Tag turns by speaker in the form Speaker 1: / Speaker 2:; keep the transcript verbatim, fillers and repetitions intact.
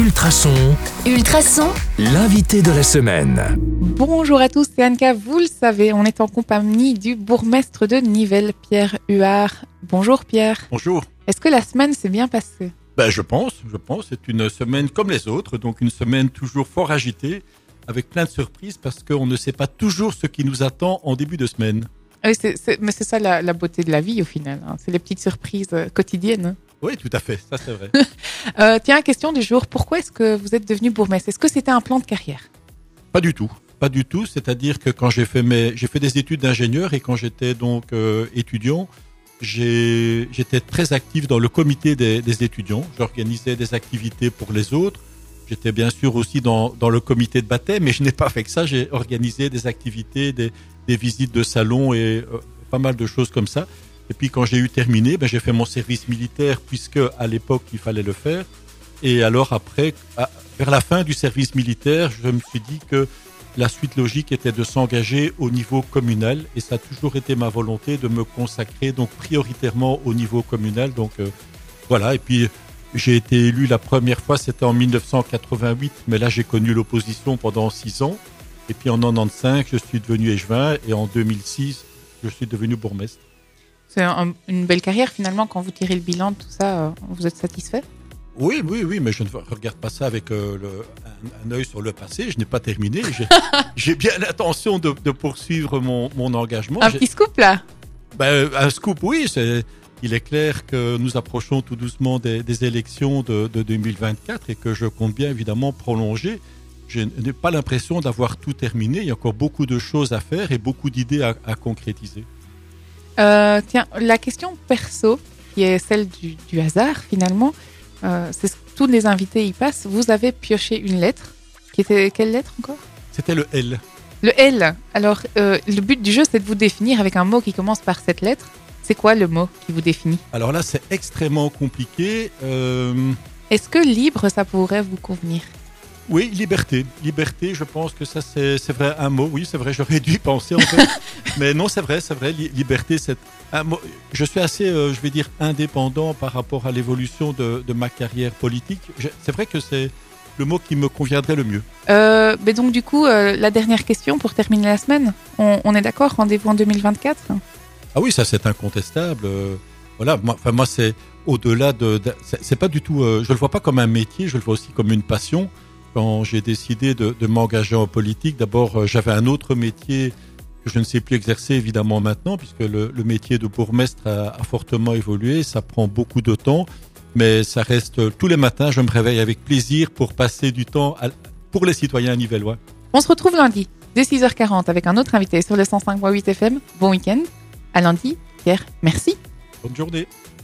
Speaker 1: Ultrason,
Speaker 2: Ultrason,
Speaker 1: l'invité de la semaine.
Speaker 3: Bonjour à tous, c'est Anka. Vous le savez, on est en compagnie du bourgmestre de Nivelles, Pierre Huard. Bonjour Pierre.
Speaker 4: Bonjour.
Speaker 3: Est-ce que la semaine s'est bien passée?
Speaker 4: Ben, je pense, je pense. C'est une semaine comme les autres, donc une semaine toujours fort agitée, avec plein de surprises, parce qu'on ne sait pas toujours ce qui nous attend en début de semaine.
Speaker 3: Oui, c'est, c'est, mais c'est ça la, la beauté de la vie au final. Hein. C'est les petites surprises euh, quotidiennes.
Speaker 4: Oui, tout à fait, ça c'est vrai.
Speaker 3: euh, tiens, question du jour. Pourquoi est-ce que vous êtes devenu bourgmestre? Est-ce que c'était un plan de carrière?
Speaker 4: Pas du tout, pas du tout. C'est-à-dire que quand j'ai fait mes, j'ai fait des études d'ingénieur et quand j'étais donc euh, étudiant, j'ai, j'étais très actif dans le comité des, des étudiants. J'organisais des activités pour les autres. J'étais bien sûr aussi dans, dans le comité de baptême, mais je n'ai pas fait que ça. J'ai organisé des activités, des, des visites de salon et euh, pas mal de choses comme ça. Et puis quand j'ai eu terminé, ben, j'ai fait mon service militaire puisque à l'époque il fallait le faire. Et alors après, à, vers la fin du service militaire, je me suis dit que la suite logique était de s'engager au niveau communal. Et ça a toujours été ma volonté de me consacrer donc prioritairement au niveau communal. Donc euh, voilà. Et puis j'ai été élu la première fois, c'était en dix-neuf cent quatre-vingt-huit, mais là j'ai connu l'opposition pendant six ans. Et puis en quatre-vingt-quinze, je suis devenu échevin et en deux mille six, je suis devenu bourgmestre.
Speaker 3: C'est un, une belle carrière finalement. Quand vous tirez le bilan de tout ça, euh, vous êtes satisfait?
Speaker 4: Oui, oui, oui, mais je ne regarde pas ça avec euh, le, un, un œil sur le passé. Je n'ai pas terminé. J'ai, j'ai bien l'intention de, de poursuivre mon, mon engagement.
Speaker 3: Un
Speaker 4: j'ai,
Speaker 3: petit scoop là?
Speaker 4: Ben, un scoop, oui. C'est, il est clair que nous approchons tout doucement des, des élections de, de deux mille vingt-quatre et que je compte bien évidemment prolonger. Je n'ai pas l'impression d'avoir tout terminé. Il y a encore beaucoup de choses à faire et beaucoup d'idées à, à concrétiser.
Speaker 3: Euh, tiens, la question perso, qui est celle du, du hasard finalement, euh, c'est ce que tous les invités y passent. Vous avez pioché une lettre, qui était quelle lettre encore?
Speaker 4: C'était le L.
Speaker 3: Le L. Alors, euh, le but du jeu, c'est de vous définir avec un mot qui commence par cette lettre. C'est quoi le mot qui vous définit?
Speaker 4: Alors là, c'est extrêmement compliqué. Euh...
Speaker 3: Est-ce que libre, ça pourrait vous convenir?
Speaker 4: Oui, liberté. Liberté, je pense que ça, c'est, c'est vrai, un mot. Oui, c'est vrai, j'aurais dû y penser en fait. Mais non, c'est vrai, c'est vrai. Liberté, c'est un mot. Je suis assez, euh, je vais dire, indépendant par rapport à l'évolution de, de ma carrière politique. Je, c'est vrai que c'est le mot qui me conviendrait le mieux.
Speaker 3: Euh, mais donc, du coup, euh, la dernière question pour terminer la semaine. On, on est d'accord, rendez-vous en deux mille vingt-quatre?
Speaker 4: Ah oui, ça, c'est incontestable. Euh, voilà, moi, enfin, moi, c'est au-delà de. de c'est, c'est pas du tout. Euh, je le vois pas comme un métier, je le vois aussi comme une passion. Quand j'ai décidé de, de m'engager en politique, d'abord, euh, j'avais un autre métier que je ne sais plus exercer évidemment maintenant, puisque le, le métier de bourgmestre a, a fortement évolué. Ça prend beaucoup de temps, mais ça reste euh, tous les matins. Je me réveille avec plaisir pour passer du temps à, pour les citoyens nivellois.
Speaker 3: On se retrouve lundi, dès six heures quarante, avec un autre invité sur le cent cinq virgule huit F M. Bon week-end. À lundi. Pierre, merci.
Speaker 4: Bonne journée.